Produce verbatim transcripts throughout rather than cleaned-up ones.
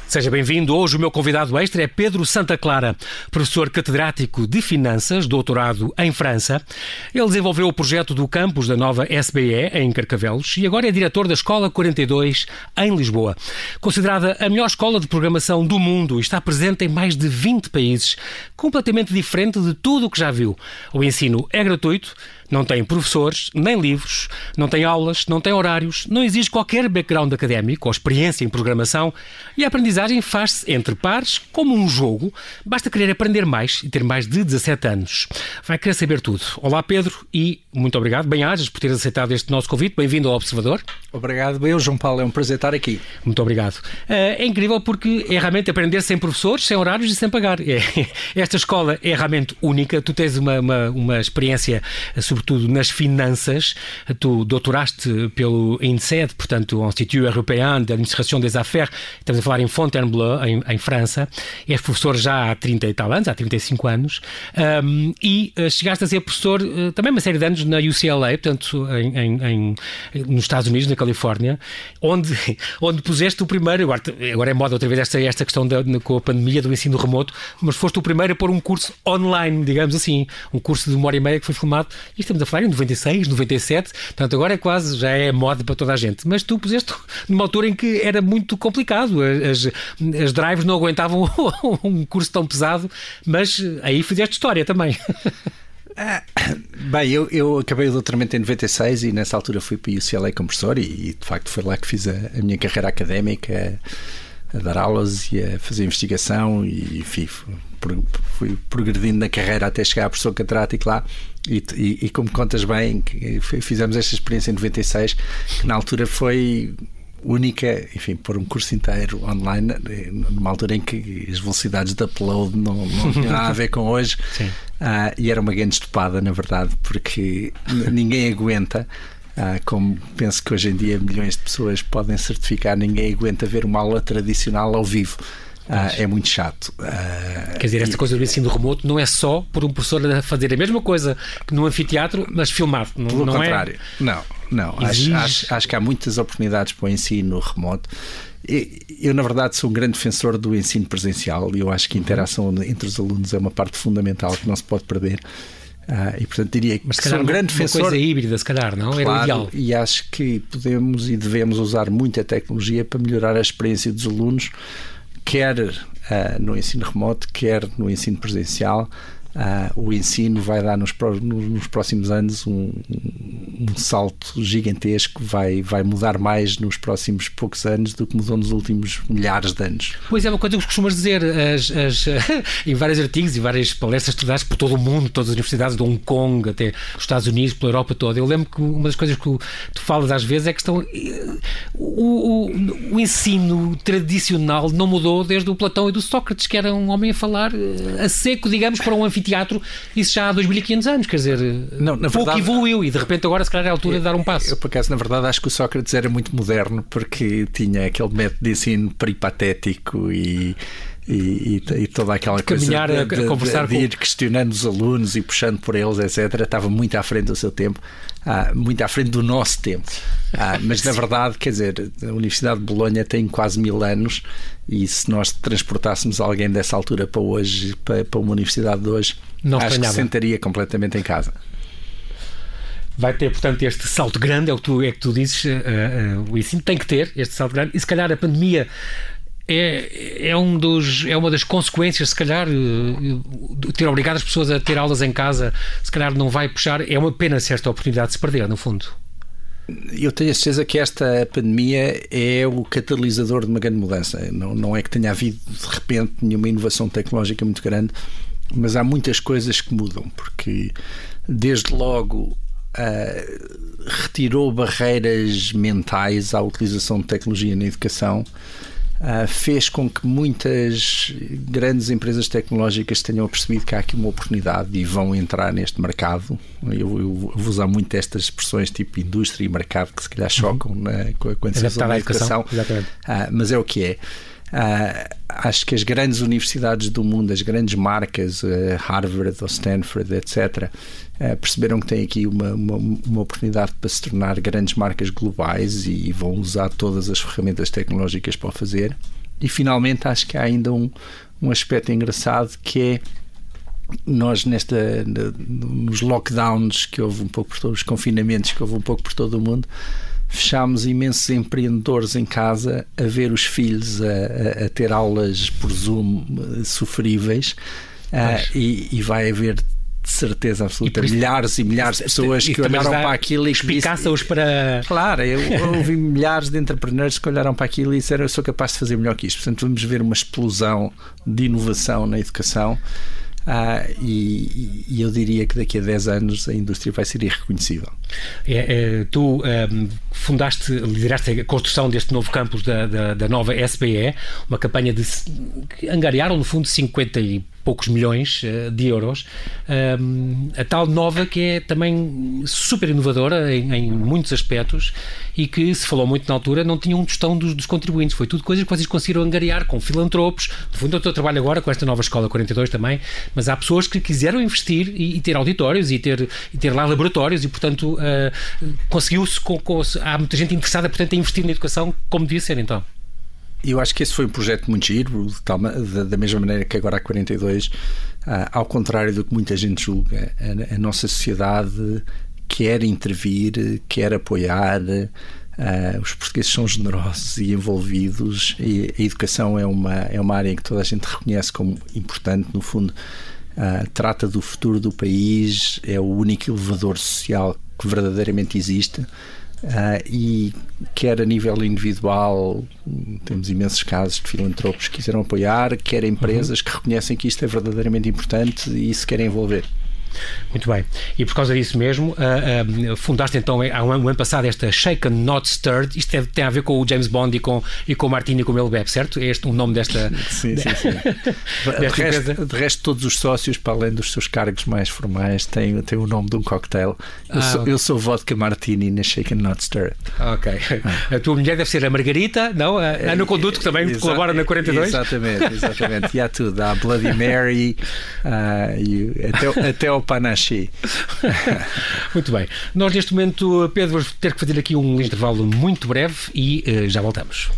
Seja bem-vindo. Hoje o meu convidado extra é Pedro Santa Clara, professor catedrático de Finanças, doutorado em França. Ele desenvolveu o projeto do campus da nova S B E em Carcavelos e agora é diretor da Escola quarenta e dois em Lisboa. Considerada a melhor escola de programação do mundo e está presente em mais de vinte países, completamente diferente de tudo o que já viu. O ensino é gratuito, não tem professores, nem livros, não tem aulas, não tem horários, não exige qualquer background académico ou experiência em programação e a aprendizagem faz-se entre pares como um jogo. Basta querer aprender mais e ter mais de dezassete anos. Vai querer saber tudo. Olá Pedro e muito obrigado. Bem-ajas por teres aceitado este nosso convite. Bem-vindo ao Observador. Obrigado. Eu, João Paulo, é um prazer estar aqui. Muito obrigado. É incrível porque é realmente aprender sem professores, sem horários e sem pagar. É, esta escola é realmente única. Tu tens uma, uma, uma experiência sobre sobretudo nas finanças. Tu doutoraste pelo I N S E D, portanto, o Institut Européen d'Administration des Affaires, estamos a falar em Fontainebleau, em, em França. És professor já há trinta e tal anos, há trinta e cinco anos, um, e uh, chegaste a ser professor uh, também uma série de anos na U C L A, portanto, em, em, em, nos Estados Unidos, na Califórnia, onde, onde puseste o primeiro, agora, agora é moda outra vez esta, esta questão da, com a pandemia do ensino remoto, mas foste o primeiro a pôr um curso online, digamos assim, um curso de uma hora e meia que foi filmado, e estamos a falar em noventa e seis, noventa e sete, portanto agora é quase, já é moda para toda a gente, mas tu puseste numa altura em que era muito complicado, as, as drives não aguentavam um curso tão pesado, mas aí fizeste história também. Ah, bem, eu, eu acabei o doutoramento em noventa e seis e nessa altura fui para a U C L A como professor e, e de facto foi lá que fiz a, a minha carreira académica, a, a dar aulas e a fazer investigação e enfim, fui, fui progredindo na carreira até chegar a professor catedrático lá e, e, e como contas bem, fizemos esta experiência em noventa e seis, que na altura foi única, enfim, pôr um curso inteiro online numa altura em que as velocidades de upload não, não tinham nada a ver com hoje. Uh, e era uma grande estupada, na verdade, porque ninguém aguenta, uh, como penso que hoje em dia milhões de pessoas podem certificar, ninguém aguenta ver uma aula tradicional ao vivo. Uh, é muito chato. Uh, Quer dizer, esta e... coisa do ensino remoto não é só por um professor a fazer a mesma coisa que no anfiteatro, mas filmado. Não, Pelo não contrário. É... Não, não. Acho, acho, acho que há muitas oportunidades para o ensino remoto. Eu, na verdade, sou um grande defensor do ensino presencial e eu acho que a interação entre os alunos é uma parte fundamental que não se pode perder. Uh, e portanto diria que mas se sou um grande defensor. Uma coisa híbrida, se calhar, não? Claro, era o ideal. E acho que podemos e devemos usar muita tecnologia para melhorar a experiência dos alunos, quer uh, no ensino remoto, quer no ensino presencial. Uh, o ensino vai dar nos, nos próximos anos um, um salto gigantesco, vai, vai mudar mais nos próximos poucos anos do que mudou nos últimos milhares de anos. Pois é, uma coisa que costumas dizer as, as, em vários artigos e várias palestras estudadas por todo o mundo, todas as universidades, de Hong Kong até os Estados Unidos, pela Europa toda. Eu lembro que uma das coisas que tu falas às vezes é que estão, o, o, o ensino tradicional não mudou desde o Platão e do Sócrates, que era um homem a falar a seco, digamos, para um anfiteatro. Teatro, isso já há dois mil e quinhentos anos, quer dizer, não, na pouco verdade, evoluiu e de repente agora se calhar é a altura eu, de dar um passo. Eu, por acaso, na verdade, acho que o Sócrates era muito moderno porque tinha aquele método de ensino peripatético e, e, e, e toda aquela de coisa caminhar, de, a, de, a conversar de, de com... ir questionando os alunos e puxando por eles, etcétera. Estava muito à frente do seu tempo, ah, muito à frente do nosso tempo. Ah, mas na verdade, quer dizer, a Universidade de Bolonha tem quase mil anos e se nós transportássemos alguém dessa altura para hoje, para, para uma universidade de hoje, não acho estranhava. Que se sentaria completamente em casa. Vai ter, portanto, este salto grande, é o que tu, é que tu dizes, uh, uh, o ensino tem que ter este salto grande e se calhar a pandemia é, é, um dos, é uma das consequências, se calhar, uh, ter obrigado as pessoas a ter aulas em casa, se calhar não vai puxar, é uma pena se esta oportunidade se perder, no fundo. Eu tenho a certeza que esta pandemia é o catalisador de uma grande mudança. Não, não é que tenha havido, de repente, nenhuma inovação tecnológica muito grande, mas há muitas coisas que mudam, porque, desde logo, uh, retirou barreiras mentais à utilização de tecnologia na educação, Uh, fez com que muitas grandes empresas tecnológicas tenham percebido que há aqui uma oportunidade e vão entrar neste mercado. Eu, eu vou usar muito estas expressões tipo indústria e mercado que se calhar chocam uhum. na, quando se usa na educação, uh, mas é o que é. Uh, acho que as grandes universidades do mundo, as grandes marcas, uh, Harvard ou Stanford, etcétera, uh, perceberam que têm aqui uma, uma, uma oportunidade para se tornar grandes marcas globais e vão usar todas as ferramentas tecnológicas para o fazer. E finalmente acho que há ainda um, um aspecto engraçado, que é nós nesta, nos lockdowns que houve um pouco por todos os confinamentos que houve um pouco por todo o mundo, fechámos imensos empreendedores em casa a ver os filhos a, a, a ter aulas por Zoom sofríveis, uh, e, e vai haver de certeza absoluta e milhares e milhares de pessoas que olharam para aquilo e explicasse-os para... Claro, eu, eu ouvi milhares de entrepreneurs que olharam para aquilo e disseram: eu sou capaz de fazer melhor que isto. Portanto, vamos ver uma explosão de inovação na educação. Ah, e, e eu diria que daqui a dez anos a indústria vai ser irreconhecível. É, é, tu um, fundaste, lideraste a construção deste novo campus da, da, da nova S B E, uma campanha de que angariaram no fundo cinquenta e poucos milhões uh, de euros, um, a tal nova que é também super inovadora em, em muitos aspectos e que se falou muito na altura, não tinha um tostão dos, dos contribuintes, foi tudo coisas que vocês conseguiram angariar com filantropos. No fundo eu estou a trabalhar agora com esta nova Escola quarenta e dois também, mas há pessoas que quiseram investir e, e ter auditórios e ter, e ter lá laboratórios e portanto uh, conseguiu-se, com, com, há muita gente interessada portanto em investir na educação como devia ser então. Eu acho que esse foi um projeto muito giro, da mesma maneira que agora a quarenta e dois, ao contrário do que muita gente julga, a nossa sociedade quer intervir, quer apoiar, os portugueses são generosos e envolvidos, e a educação é uma, é uma área que toda a gente reconhece como importante, no fundo, trata do futuro do país, é o único elevador social que verdadeiramente existe. Uh, e quer a nível individual, temos imensos casos de filantropos que quiseram apoiar, quer empresas uhum. que reconhecem que isto é verdadeiramente importante e se querem envolver. Muito bem. E por causa disso mesmo, uh, uh, fundaste então há um ano, um ano passado esta Shaken Not Stirred. Isto é, tem a ver com o James Bond e com, e com o Martini e com o ele bebe, certo? É este o nome desta, sim, sim, sim. de, resto, de resto, todos os sócios, para além dos seus cargos mais formais, têm, têm o nome de um cocktail. Eu, ah, sou, okay. eu sou vodka Martini na Shaken Not Stirred. Ok. Ah. A tua mulher deve ser a Margarita, não? A Ana Conduto, que também Exa- colabora na quarenta e dois. Exatamente, exatamente. E há tudo. Há Bloody Mary, uh, e até, até o Panache. Muito bem. Nós neste momento, Pedro, vamos ter que fazer aqui um intervalo muito breve e uh, já voltamos.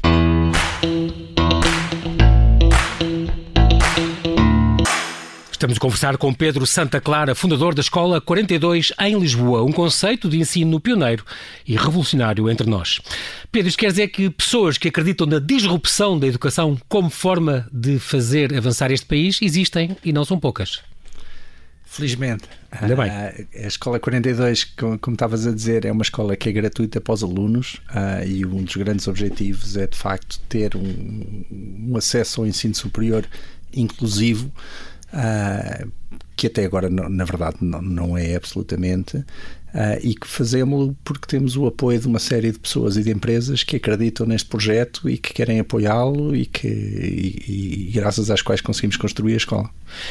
Estamos a conversar com Pedro Santa Clara, fundador da Escola quarenta e dois em Lisboa, um conceito de ensino pioneiro e revolucionário entre nós. Pedro, isto quer dizer que pessoas que acreditam na disrupção da educação como forma de fazer avançar este país existem e não são poucas. Felizmente. Ainda bem. A Escola quarenta e dois, como, como estavas a dizer, é uma escola que é gratuita para os alunos, uh, e um dos grandes objetivos é, de facto, ter um, um acesso ao ensino superior inclusivo, uh, que até agora, não, na verdade, não, não é absolutamente, Uh, e que fazemos porque temos o apoio de uma série de pessoas e de empresas que acreditam neste projeto e que querem apoiá-lo e, que, e, e graças às quais conseguimos construir a escola.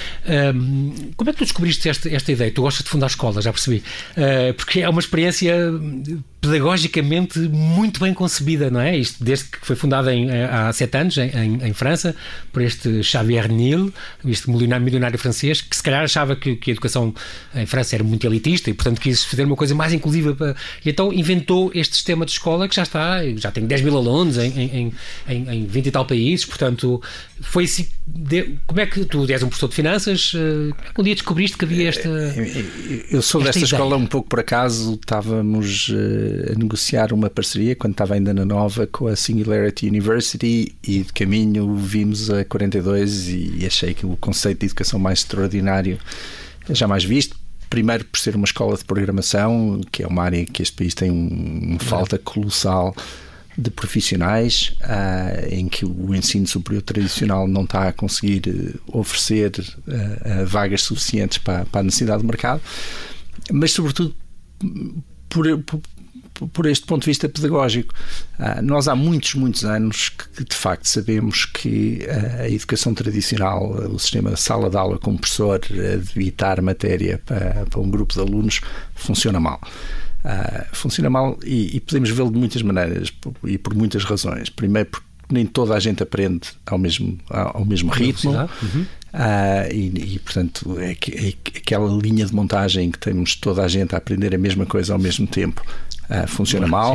Um, como é que tu descobriste esta, esta ideia? Tu gostas de fundar escolas, já percebi. Uh, porque é uma experiência pedagogicamente muito bem concebida, não é? Isto desde que foi fundada em, há sete anos em, em, em França por este Xavier Niel, este milionário, milionário francês, que se calhar achava que, que a educação em França era muito elitista e portanto quis fazer uma coisa mais inclusiva para... e então inventou este sistema de escola que já está, já tem dez mil alunos em, em, em, em vinte e tal países, portanto foi assim. De... Como é que tu és um professor de finanças, um dia descobriste que havia esta... Eu sou esta desta ideia. Escola um pouco por acaso, estávamos a negociar uma parceria quando estava ainda na Nova com a Singularity University e de caminho vimos a quarenta e dois e achei que o conceito de educação mais extraordinário jamais visto. Primeiro por ser uma escola de programação, que é uma área que este país tem uma falta colossal de profissionais, uh, em que o ensino superior tradicional não está a conseguir oferecer uh, uh, vagas suficientes para, para a necessidade do mercado, mas sobretudo por, por por este ponto de vista pedagógico. Uh, nós há muitos, muitos anos que de facto sabemos que uh, a educação tradicional, o sistema de sala de aula com professor a debitar matéria para, para um grupo de alunos funciona mal. Uh, funciona mal e, e podemos vê-lo de muitas maneiras e por muitas razões. Primeiro porque nem toda a gente aprende ao mesmo, ao mesmo ritmo. Uhum. Uh, e, e portanto é, é aquela linha de montagem que temos toda a gente a aprender a mesma coisa ao mesmo tempo uh, funciona mal.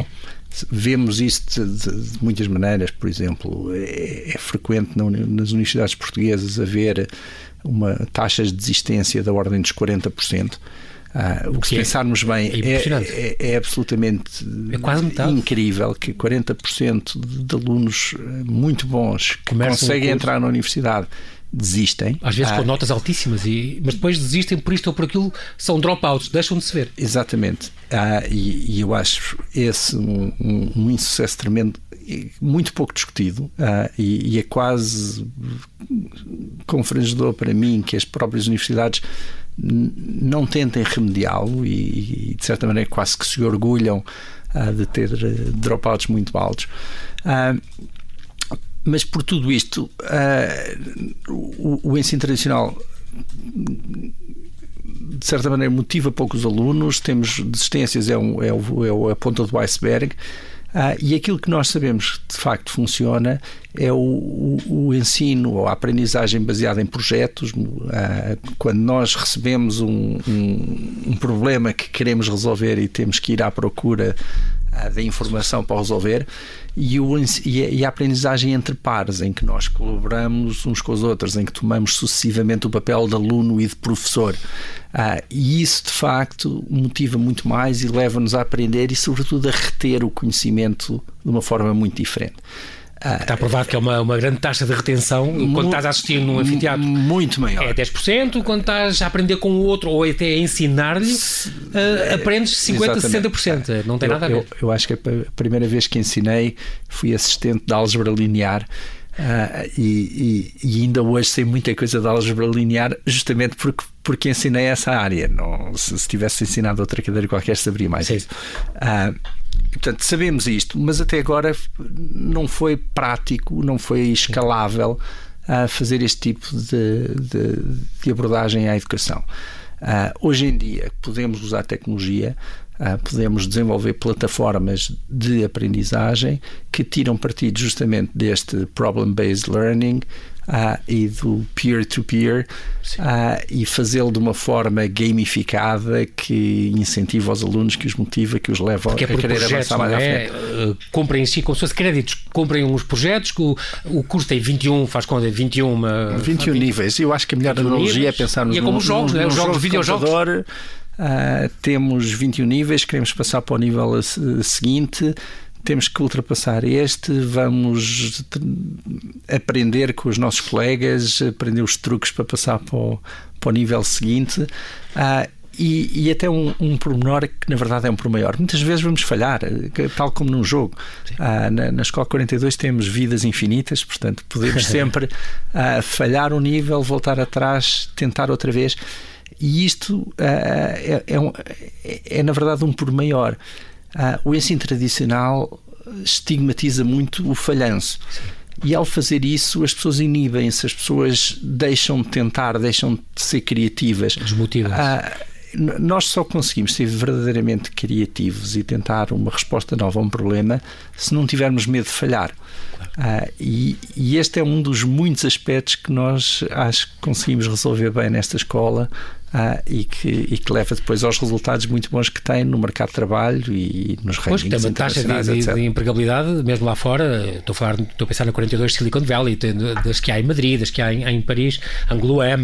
Vemos isto de, de, de muitas maneiras. Por exemplo, é, é frequente não, nas universidades portuguesas haver uma taxas de desistência da ordem dos quarenta por cento. Ah, o que, se pensarmos bem, é, é, é, é absolutamente é quase incrível que quarenta por cento de, de alunos muito bons que Começam conseguem entrar na universidade desistem. Às vezes ah, com notas altíssimas, e, mas depois desistem por isto ou por aquilo, são dropouts, deixam de se ver. Exatamente. Ah, e, e eu acho esse um, um, um insucesso tremendo, muito pouco discutido, ah, e, e é quase confrangedor para mim que as próprias universidades não tentem remediá-lo e, e de certa maneira quase que se orgulham ah, de ter dropouts muito altos. Ah, mas por tudo isto, uh, o, o ensino tradicional de certa maneira motiva poucos alunos, temos desistências, é, um, é, o, é a ponta do iceberg, uh, e aquilo que nós sabemos que de facto funciona é o, o, o ensino ou a aprendizagem baseada em projetos. Uh, quando nós recebemos um, um, um problema que queremos resolver e temos que ir à procura uh, da informação para resolver, E, o, e a aprendizagem entre pares, em que nós colaboramos uns com os outros, em que tomamos sucessivamente o papel de aluno e de professor. Ah, e isso, de facto, motiva muito mais e leva-nos a aprender e, sobretudo, a reter o conhecimento de uma forma muito diferente. Está provado que é uma, uma grande taxa de retenção quando muito, estás a assistir num anfiteatro. Muito maior. É dez por cento, quando estás a aprender com o outro ou até a ensinar-lhe, uh, aprendes cinquenta por cento, sessenta por cento. Não tem eu, nada a ver. Eu, eu acho que a primeira vez que ensinei fui assistente de álgebra linear. Uh, e, e, e ainda hoje sei muita coisa de álgebra linear justamente porque, porque ensinei essa área. Não, se, se tivesse ensinado outra cadeira qualquer saberia mais isso. Uh, Portanto, sabemos isto, mas até agora não foi prático, não foi escalável a fazer este tipo de, de, de abordagem à educação. Uh, hoje em dia podemos usar tecnologia, uh, podemos desenvolver plataformas de aprendizagem que tiram partido justamente deste problem-based learning uh, e do peer-to-peer uh, e fazê-lo de uma forma gamificada que incentiva os alunos, que os motiva, que os leva Porque a é querer projetos, avançar mais à é? frente. Uh, comprem em si como se fosse créditos, comprem uns projetos que o, o curso tem vinte e um, faz conta, vinte e um, uh, vinte e um níveis. Eu acho que a melhor analogia níveis. é pensar nos e é como os jogos, num, né? Os num jogos jogo de videojogos. Uh, temos vinte e um níveis, queremos passar para o nível a, a seguinte, temos que ultrapassar este, vamos aprender com os nossos colegas, aprender os truques para passar para o, para o nível seguinte. Uh, E, e até um, um pormenor que na verdade é um pormenor. Muitas vezes vamos falhar, tal como num jogo. Ah, na, na Escola quarenta e dois temos vidas infinitas, portanto podemos sempre ah, falhar um nível, voltar atrás, tentar outra vez. E isto ah, é, é, um, é, é na verdade um por maior. Ah, o ensino tradicional estigmatiza muito o falhanço. Sim. E ao fazer isso as pessoas inibem-se, as pessoas deixam de tentar, deixam de ser criativas. Desmotivam-se. Ah, nós só conseguimos ser verdadeiramente criativos e tentar uma resposta nova a um problema se não tivermos medo de falhar. Claro. Ah, e, e este é um dos muitos aspectos que nós acho que conseguimos resolver bem nesta escola. Ah, e, que, e que leva depois aos resultados muito bons que tem no mercado de trabalho e nos rankings internacionais. Pois, tem uma taxa de, de, de empregabilidade, mesmo lá fora. Estou a, falar, estou a pensar na quarenta e dois Silicon Valley, das que há em Madrid, das que há em, em Paris, Angoulême,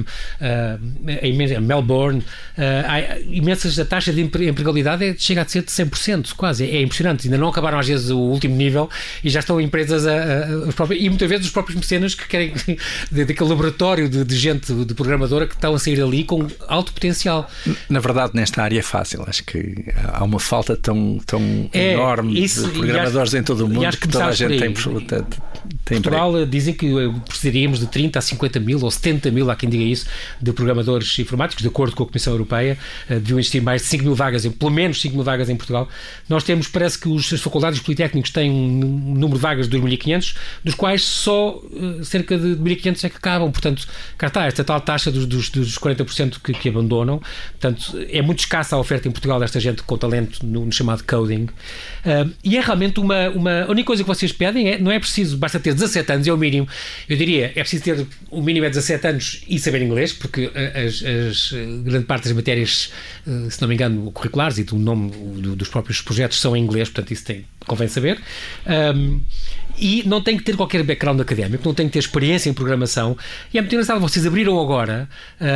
uh, Melbourne. Uh, há imensas, a taxa de empregabilidade é, chega a ser de cem por cento, quase. É, é impressionante. Ainda não acabaram às vezes o último nível e já estão empresas a, a, a próprias, e muitas vezes os próprios mecenas que querem daquele laboratório de, de gente, de programadora, que estão a sair ali com alto potencial. Na verdade, nesta área é fácil. Acho que há uma falta tão, tão é, enorme isso, de programadores acho, em todo o mundo que, que toda a gente tem, tem, tem Portugal emprego. Dizem que precisaríamos de trinta a cinquenta mil ou setenta mil, há quem diga isso, de programadores informáticos, de acordo com a Comissão Europeia. Deviam existir mais de cinco mil vagas, pelo menos cinco mil vagas em Portugal. Nós temos, parece que os, as faculdades politécnicos têm um número de vagas de dois mil e quinhentos, dos quais só uh, cerca de mil e quinhentos é que acabam. Portanto, cá está, esta tal taxa dos, dos, dos quarenta por cento que, que abandonam. Portanto, é muito escassa a oferta em Portugal desta gente com talento no, no chamado coding. Uh, e é realmente uma, uma... A única coisa que vocês pedem é, não é preciso, basta ter dezassete anos, é o mínimo. Eu diria, é preciso ter, o mínimo é dezassete anos e saber inglês, porque as, as, grande parte das matérias, uh, se não me engano, curriculares e do nome do, dos próprios projetos são em inglês, portanto isso tem, convém saber. Um, e não tem que ter qualquer background académico, não tem que ter experiência em programação. E é muito engraçado, vocês abriram agora,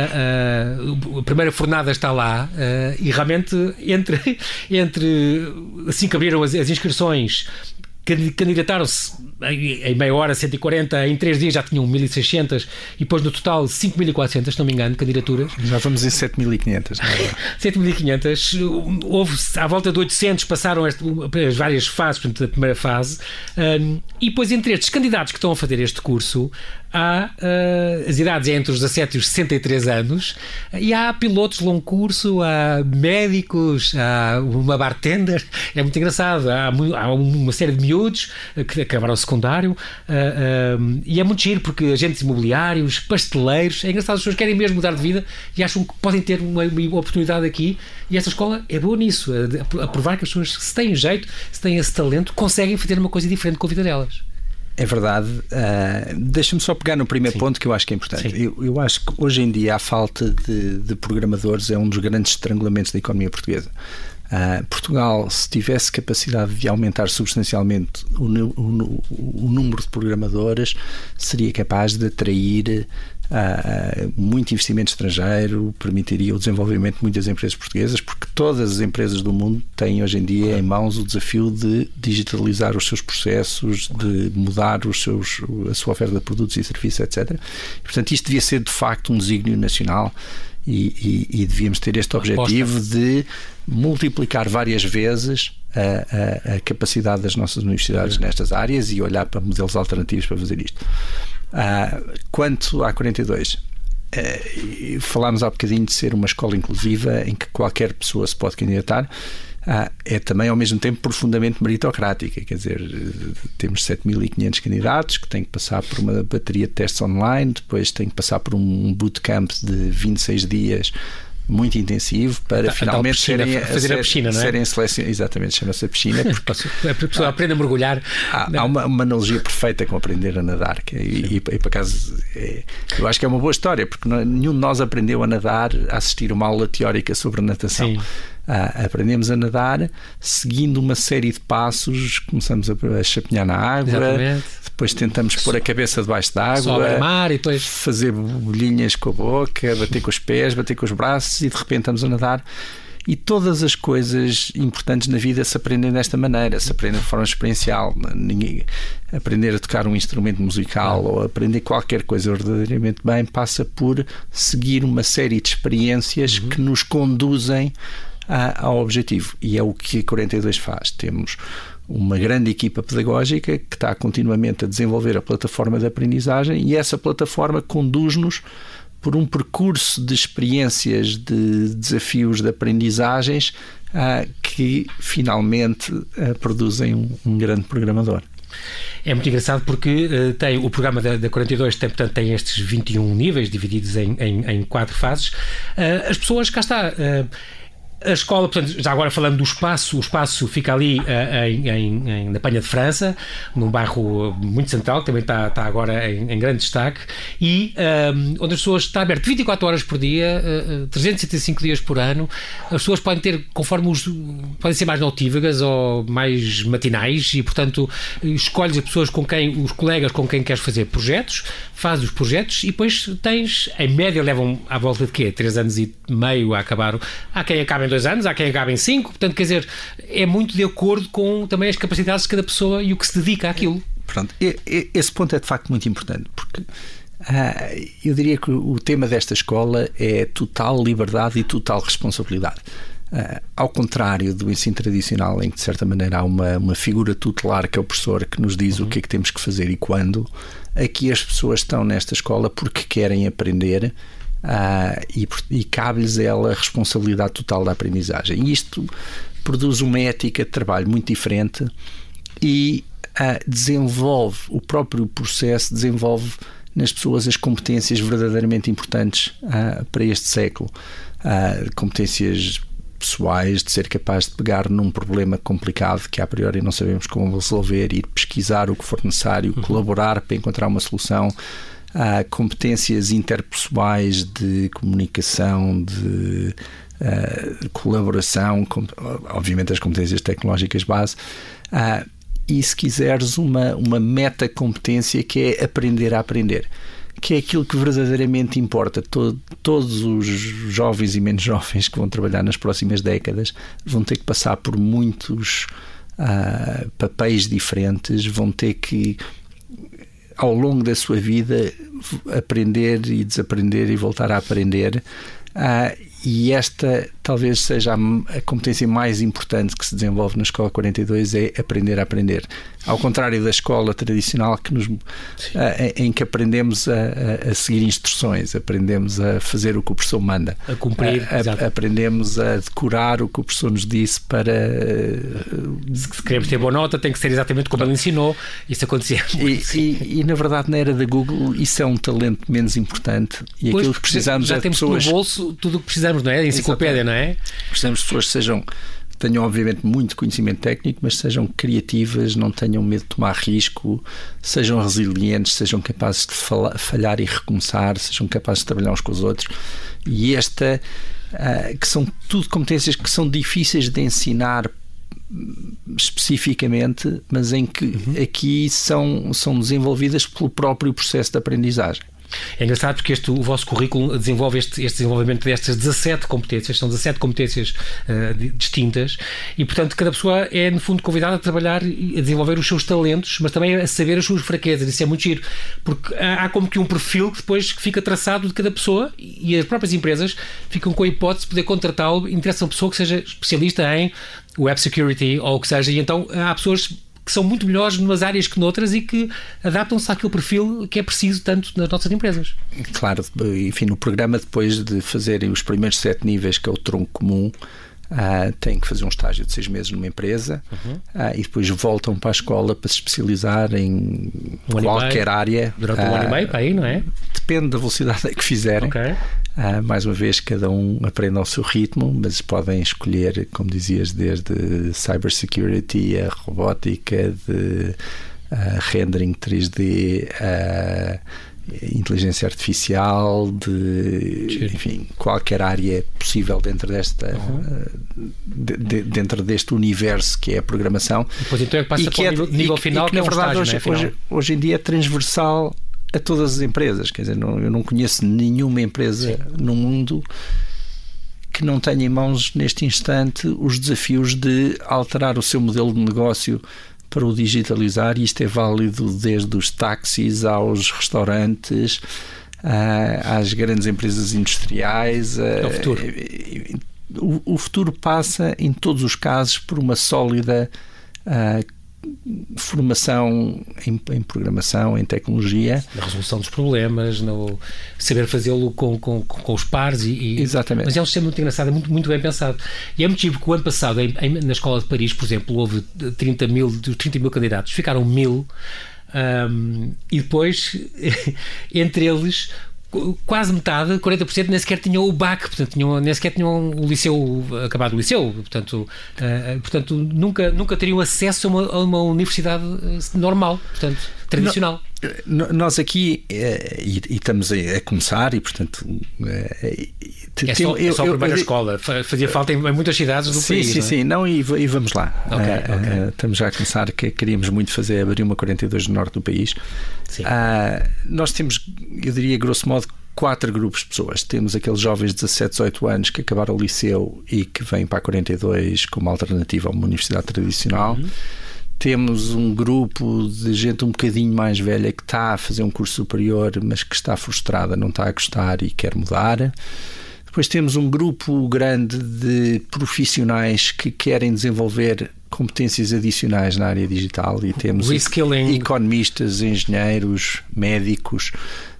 uh, uh, a primeira fornada está lá, uh, e realmente entre, entre assim que abriram as, as inscrições, candidataram-se em meia hora, cento e quarenta, em três dias já tinham mil e seiscentas e depois no total cinco mil e quatrocentas, se não me engano, candidaturas. Já vamos em sete mil e quinhentas. sete mil e quinhentas. Houve à volta de oitocentos, passaram este, as várias fases, portanto, a primeira fase. Um, e depois, entre estes candidatos que estão a fazer este curso, há uh, as idades entre os dezassete e os sessenta e três anos, e há pilotos de longo curso, há médicos, há uma bartender. É muito engraçado. Há, há uma série de miúdos que acabaram o secundário, uh, uh, e é muito giro porque agentes imobiliários, pasteleiros, é engraçado, as pessoas querem mesmo mudar de vida e acham que podem ter uma, uma oportunidade aqui, e esta escola é boa nisso, a, a provar que as pessoas, se têm jeito, se têm esse talento, conseguem fazer uma coisa diferente com a vida delas. É verdade. Uh, deixa-me só pegar no primeiro Sim. ponto que eu acho que é importante. Eu, eu acho que hoje em dia a falta de, de programadores é um dos grandes estrangulamentos da economia portuguesa. Uh, Portugal, se tivesse capacidade de aumentar substancialmente o, o, o número de programadores, seria capaz de atrair uh, muito investimento estrangeiro, permitiria o desenvolvimento de muitas empresas portuguesas, porque todas as empresas do mundo têm hoje em dia em mãos o desafio de digitalizar os seus processos, de mudar os seus, a sua oferta de produtos e serviços, etcétera. E, portanto, isto devia ser de facto um desígnio nacional. E, e, e devíamos ter este objetivo de multiplicar várias vezes a, a, a capacidade das nossas universidades nestas áreas e olhar para modelos alternativos para fazer isto. Uh, quanto à quarenta e dois, uh, falámos há bocadinho de ser uma escola inclusiva em que qualquer pessoa se pode candidatar. Ah, é também ao mesmo tempo profundamente meritocrática, quer dizer, temos sete mil e quinhentos candidatos que têm que passar por uma bateria de testes online, depois têm que passar por um bootcamp de vinte e seis dias muito intensivo para a finalmente piscina, serem, fazer a, a piscina, não é? serem selecionados. Exatamente, chama-se a piscina. Porque a pessoa aprende a mergulhar. Há, há uma, uma analogia perfeita com aprender a nadar, que é, e, e, e por acaso é, eu acho que é uma boa história, porque não, nenhum de nós aprendeu a nadar a assistir uma aula teórica sobre natação. Sim. Ah, aprendemos a nadar seguindo uma série de passos, começamos a, a chapinhar na água. Exatamente. Depois tentamos pôr a cabeça debaixo d'água, mar, e depois fazer bolinhas com a boca, bater com os pés, bater com os braços, e de repente estamos a nadar. E todas as coisas importantes na vida se aprendem desta maneira, se aprendem de forma experiencial. Ninguém, aprender a tocar um instrumento musical ou aprender qualquer coisa verdadeiramente bem passa por seguir uma série de experiências uhum. que nos conduzem a, ao objetivo. E é o que a quarenta e dois faz. Temos uma grande equipa pedagógica que está continuamente a desenvolver a plataforma de aprendizagem, e essa plataforma conduz-nos por um percurso de experiências, de desafios, de aprendizagens uh, que finalmente uh, produzem um, um grande programador. É muito engraçado porque uh, tem o programa da, da quarenta e dois, tem, portanto, tem estes vinte e um níveis divididos em, em, em quatro fases. Uh, as pessoas, cá está... Uh, A escola, portanto, já agora falando do espaço, o espaço fica ali uh, em, em, em, na Penha de França, num bairro muito central, que também está, está agora em, em grande destaque, e um, onde as pessoas, está aberto vinte e quatro horas por dia, uh, trezentos e setenta e cinco dias por ano. As pessoas podem ter, conforme os, podem ser mais notívagas ou mais matinais, e portanto escolhes as pessoas com quem, os colegas com quem queres fazer projetos, fazes os projetos e depois tens, em média levam à volta de quê? Três anos e meio a acabar. Há quem acabe em dois anos, há quem acabe em cinco, portanto, quer dizer, é muito de acordo com também as capacidades de cada pessoa e o que se dedica àquilo. Pronto, esse ponto é de facto muito importante, porque ah, eu diria que o tema desta escola é total liberdade e total responsabilidade. Uh, ao contrário do ensino tradicional, em que de certa maneira há uma, uma figura tutelar que é o professor que nos diz uhum. o que é que temos que fazer e quando, aqui as pessoas estão nesta escola porque querem aprender uh, e, e cabe-lhes a ela a responsabilidade total da aprendizagem. E isto produz uma ética de trabalho muito diferente e uh, desenvolve, o próprio processo desenvolve nas pessoas as competências verdadeiramente importantes uh, para este século. Uh, competências pessoais, de ser capaz de pegar num problema complicado que a priori não sabemos como resolver, ir pesquisar o que for necessário, uhum. colaborar para encontrar uma solução, há competências interpessoais de comunicação, de uh, colaboração, com, obviamente as competências tecnológicas base, uh, e se quiseres uma, uma meta-competência que é aprender a aprender, que é aquilo que verdadeiramente importa. Todo, todos os jovens e menos jovens que vão trabalhar nas próximas décadas vão ter que passar por muitos uh, papéis diferentes, vão ter que, ao longo da sua vida, aprender e desaprender e voltar a aprender. Uh, e esta talvez seja a, a competência mais importante que se desenvolve na Escola quarenta e dois, é aprender a aprender. Ao contrário da escola tradicional que nos, uh, em que aprendemos a, a seguir instruções, aprendemos a fazer o que o professor manda, a cumprir, a, a, aprendemos a decorar o que o professor nos disse para... Uh, se queremos ter boa nota tem que ser exatamente como ele ensinou. Isso acontecia muito. E, e, e na verdade na era da Google isso é um talento menos importante, e pois, aquilo que precisamos já é de temos pessoas... no bolso tudo o que precisamos, não é? A enciclopédia, não é? Precisamos de pessoas que sejam, tenham obviamente muito conhecimento técnico, mas sejam criativas, não tenham medo de tomar risco, sejam resilientes, sejam capazes de falhar e recomeçar, sejam capazes de trabalhar uns com os outros. E esta, uh, que são tudo competências que são difíceis de ensinar especificamente, mas em que uhum. aqui são, são desenvolvidas pelo próprio processo de aprendizagem. É engraçado porque este, o vosso currículo desenvolve este, este desenvolvimento destas dezassete competências, são dezassete competências uh, distintas, e portanto cada pessoa é no fundo convidada a trabalhar e a desenvolver os seus talentos, mas também a saber as suas fraquezas. Isso é muito giro, porque há, há como que um perfil que depois fica traçado de cada pessoa, e as próprias empresas ficam com a hipótese de poder contratá-lo. Interessa uma pessoa que seja especialista em web security ou o que seja, e então há pessoas que são muito melhores numas áreas que noutras e que adaptam-se àquele perfil que é preciso tanto nas nossas empresas. Claro, enfim, no programa, depois de fazerem os primeiros sete níveis, que é o tronco comum, Uh, têm que fazer um estágio de seis meses numa empresa, uhum. uh, e depois voltam para a escola para se especializar em um qualquer área. Durante um uh, ano e meio, para aí, não é? Depende da velocidade que fizerem. Okay. Uh, mais uma vez, cada um aprende ao seu ritmo, mas podem escolher, como dizias, desde cybersecurity, a robótica, de uh, rendering três D, uh, inteligência artificial, de, enfim, qualquer área possível dentro desta uhum. de, de, dentro deste universo que é a programação. Depois então é que passa e para que o nível, nível e, final, e que, que na é um verdade estágio, hoje, né, hoje, hoje em dia é transversal a todas as empresas. Quer dizer, não, eu não conheço nenhuma empresa Sim. no mundo que não tenha em mãos neste instante os desafios de alterar o seu modelo de negócio para o digitalizar, e isto é válido desde os táxis aos restaurantes, às grandes empresas industriais. É o futuro. O, o futuro passa, em todos os casos, por uma sólida uh, formação em, em programação, em tecnologia. Na resolução dos problemas, no saber fazê-lo com, com, com os pares. E, e, Exatamente. Mas é um sistema muito engraçado, é muito, muito bem pensado. E é muito tipo que o ano passado, em, em, na Escola de Paris, por exemplo, houve trinta mil, trinta mil candidatos, ficaram mil, um, e depois, entre eles, quase metade, quarenta por cento, nem sequer tinham o B A C, portanto, tinham, nem sequer tinham o liceu, acabado o liceu, portanto, uh, portanto nunca, nunca teriam acesso a uma, a uma universidade normal, portanto, tradicional. No, nós aqui, eh, e, e estamos a, a começar, e portanto eh, é só, eu, é só a primeira eu, escola, fazia falta em muitas cidades do sim, país. Sim, não é? sim, não, e, e vamos lá. Okay, uh, okay. Uh, estamos já a começar, que queríamos muito fazer, abrir uma quarenta e dois no norte do país. Uh, nós temos, eu diria, grosso modo, quatro grupos de pessoas. Temos aqueles jovens de dezassete, dezoito anos que acabaram o liceu e que vêm para a quarenta e dois como alternativa a uma universidade tradicional. Uhum. Temos um grupo de gente um bocadinho mais velha que está a fazer um curso superior, mas que está frustrada, não está a gostar e quer mudar. Depois temos um grupo grande de profissionais que querem desenvolver competências adicionais na área digital, e temos economistas, engenheiros, médicos,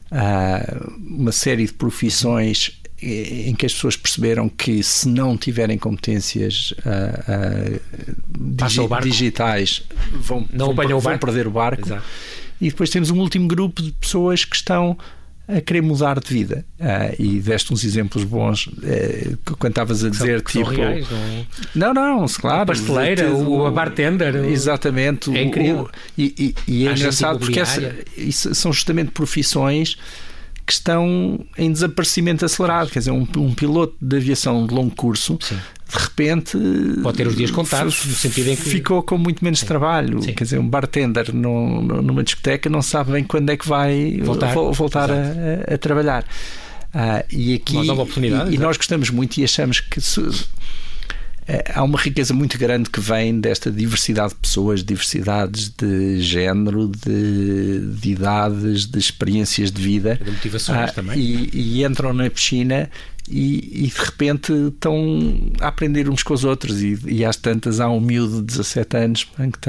uma série de profissões em que as pessoas perceberam que, se não tiverem competências uh, uh, digi digitais, vão, não vão, vão vão perder o barco. Exato. E depois temos um último grupo de pessoas que estão a querer mudar de vida. Uh, e deste uns exemplos bons uh, quando estavas a dizer, que tipo... São reais, não... não, não, claro. A pasteleira, o, a bartender. Exatamente. É incrível. O, e, e, e é engraçado porque essa, isso são justamente profissões que estão em desaparecimento acelerado. Quer dizer, um, um piloto de aviação de longo curso, sim, de repente pode ter os dias contados, no sentido em que ficou com muito menos, sim, trabalho. Sim. Quer dizer, um bartender no, no, numa discoteca não sabe bem quando é que vai voltar, voltar a, a trabalhar. Ah, e aqui, uma nova oportunidade, e, e nós gostamos muito e achamos que há uma riqueza muito grande que vem desta diversidade de pessoas, diversidades de género, de, de idades, de experiências de vida, de motivações, ah, também. E, e entram na piscina e, e de repente estão a aprender uns com os outros. E, e às tantas há um miúdo de dezassete anos que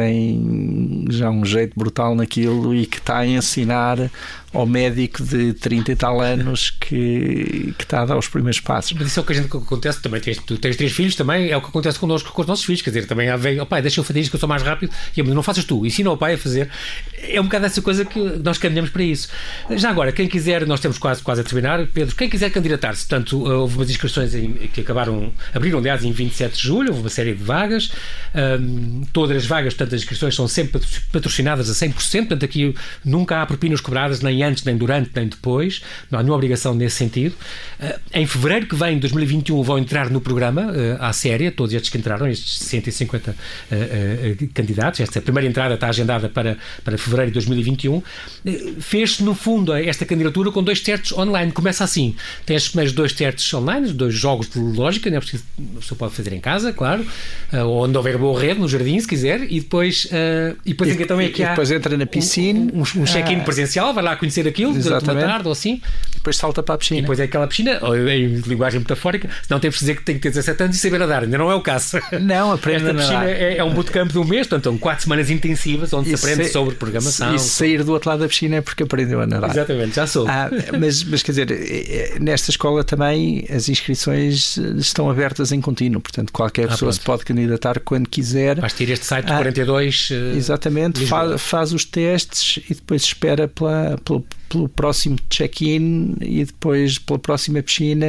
tem já um jeito brutal naquilo e que está a ensinar ao médico de trinta e tal anos que, que está a dar os primeiros passos. Mas isso é o que a gente acontece também. Tens, tu tens três filhos também, é o que acontece connosco com os nossos filhos. Quer dizer, também há vem, oh pai, deixa eu fazer isto que eu sou mais rápido. E eu, não faças tu, ensina ao pai a fazer. É um bocado essa coisa que nós caminhamos para isso. Já agora, quem quiser, nós temos quase, quase a terminar, Pedro, quem quiser candidatar-se, portanto, houve umas inscrições em, que acabaram, abriram aliás em vinte e sete de julho, houve uma série de vagas, um, todas as vagas, portanto, as inscrições são sempre patrocinadas a cem por cento, portanto, aqui nunca há propinas cobradas, nem antes, nem durante, nem depois, não há nenhuma obrigação nesse sentido. Uh, em fevereiro que vem, dois mil e vinte e um, vão entrar no programa, uh, à séria, todos estes que entraram, estes cento e cinquenta uh, uh, candidatos, esta primeira entrada está agendada para, para fevereiro de dois mil e vinte e um. Uh, fez-se, no fundo, esta candidatura com dois testes online. Começa assim, tem os primeiros dois testes online, dois jogos de lógica, né? A pessoa pode fazer em casa, claro, uh, ou onde houver boa rede, no jardim, se quiser, e depois, uh, e depois, e, então é que e há depois entra na piscina, um, um, um check-in ah, presencial, vai lá conhecer aquilo, durante uma tarde ou assim. Depois salta para a piscina. E depois é aquela piscina, em linguagem metafórica, senão temos que dizer que tem que ter dezassete anos e saber nadar, ainda não é o caso. Não, aprende Esta a piscina nadar. É, é um bootcamp de um mês, portanto, são quatro semanas intensivas onde e se aprende se, sobre programação. E sair do outro lado da piscina é porque aprendeu a nadar. Exatamente, já sou. Ah, mas, mas quer dizer, nesta escola também as inscrições estão abertas em contínuo, portanto, qualquer ah, pessoa pronto. se pode candidatar quando quiser. Vais ter este site de ah, quarenta e dois. Uh, exatamente, faz, faz os testes e depois espera pela, pelo, pelo próximo check-in e depois pela próxima piscina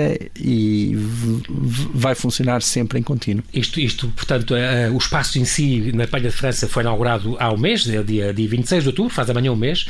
e v- v- vai funcionar sempre em contínuo. Isto, isto portanto, uh, o espaço em si na Palha de França foi inaugurado há um mês, dia, dia vinte e seis de outubro, faz amanhã um mês.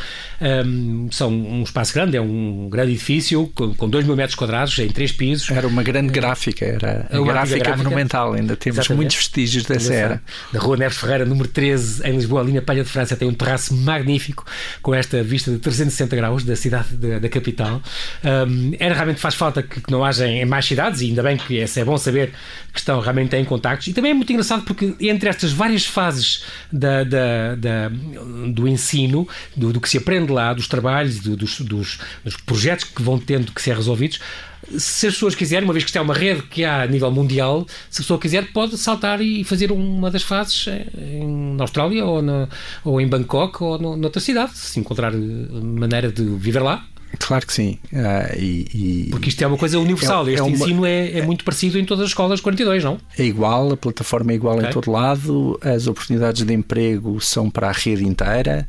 Um, são um espaço grande, é um grande edifício com, com dois mil metros quadrados, em três pisos. Era uma grande gráfica, era a gráfica, gráfica monumental, ainda temos exatamente. Muitos vestígios dessa era. Na Rua Neves Ferreira, número treze, em Lisboa, ali na Palha de França, tem um terraço magnífico com esta vista de trezentos e sessenta graus da cidade, da, da capital. Um, era realmente faz falta que, que não haja em mais cidades, e ainda bem que é, é bom saber que estão realmente em contactos. E também é muito engraçado porque entre estas várias fases da, da, da, do ensino, do, do que se aprende lá, dos trabalhos, do, dos, dos, dos projetos que vão tendo que ser resolvidos, se as pessoas quiserem, uma vez que isto é uma rede que há a nível mundial, se a pessoa quiser pode saltar e fazer uma das fases em, na Austrália ou, na, ou em Bangkok ou no, noutra cidade, se encontrar maneira de viver lá. Claro que sim. Uh, e, e Porque isto é uma coisa universal. É, este é uma, ensino é, é muito parecido em todas as escolas quarenta e dois, não? É igual, a plataforma é igual okay. em todo lado, as oportunidades de emprego são para a rede inteira.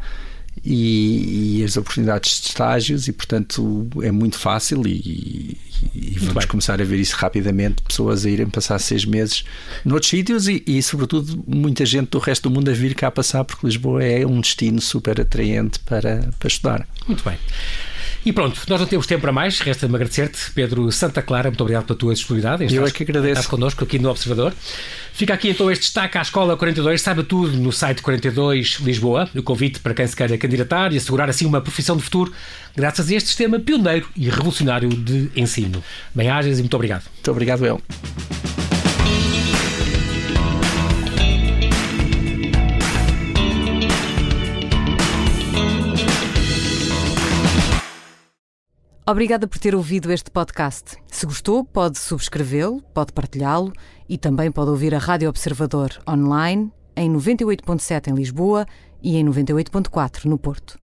E, e as oportunidades de estágios e portanto é muito fácil e, e vamos bem. começar a ver isso rapidamente, pessoas a irem passar seis meses noutros sítios e, e sobretudo muita gente do resto do mundo a vir cá passar, porque Lisboa é um destino super atraente para, para estudar. Muito bem. E pronto, nós não temos tempo para mais, resta-me agradecer-te, Pedro Santa Clara, muito obrigado pela tua disponibilidade. Eu é que agradeço. Estás connosco aqui no Observador. Fica aqui então este destaque à Escola quarenta e dois, saiba tudo no site quarenta e dois Lisboa, o convite para quem se queira candidatar e assegurar assim uma profissão de futuro, graças a este sistema pioneiro e revolucionário de ensino. Bem-ajas e muito obrigado. Muito obrigado, eu. Obrigada por ter ouvido este podcast. Se gostou, pode subscrevê-lo, pode partilhá-lo e também pode ouvir a Rádio Observador online em noventa e oito ponto sete em Lisboa e em noventa e oito ponto quatro no Porto.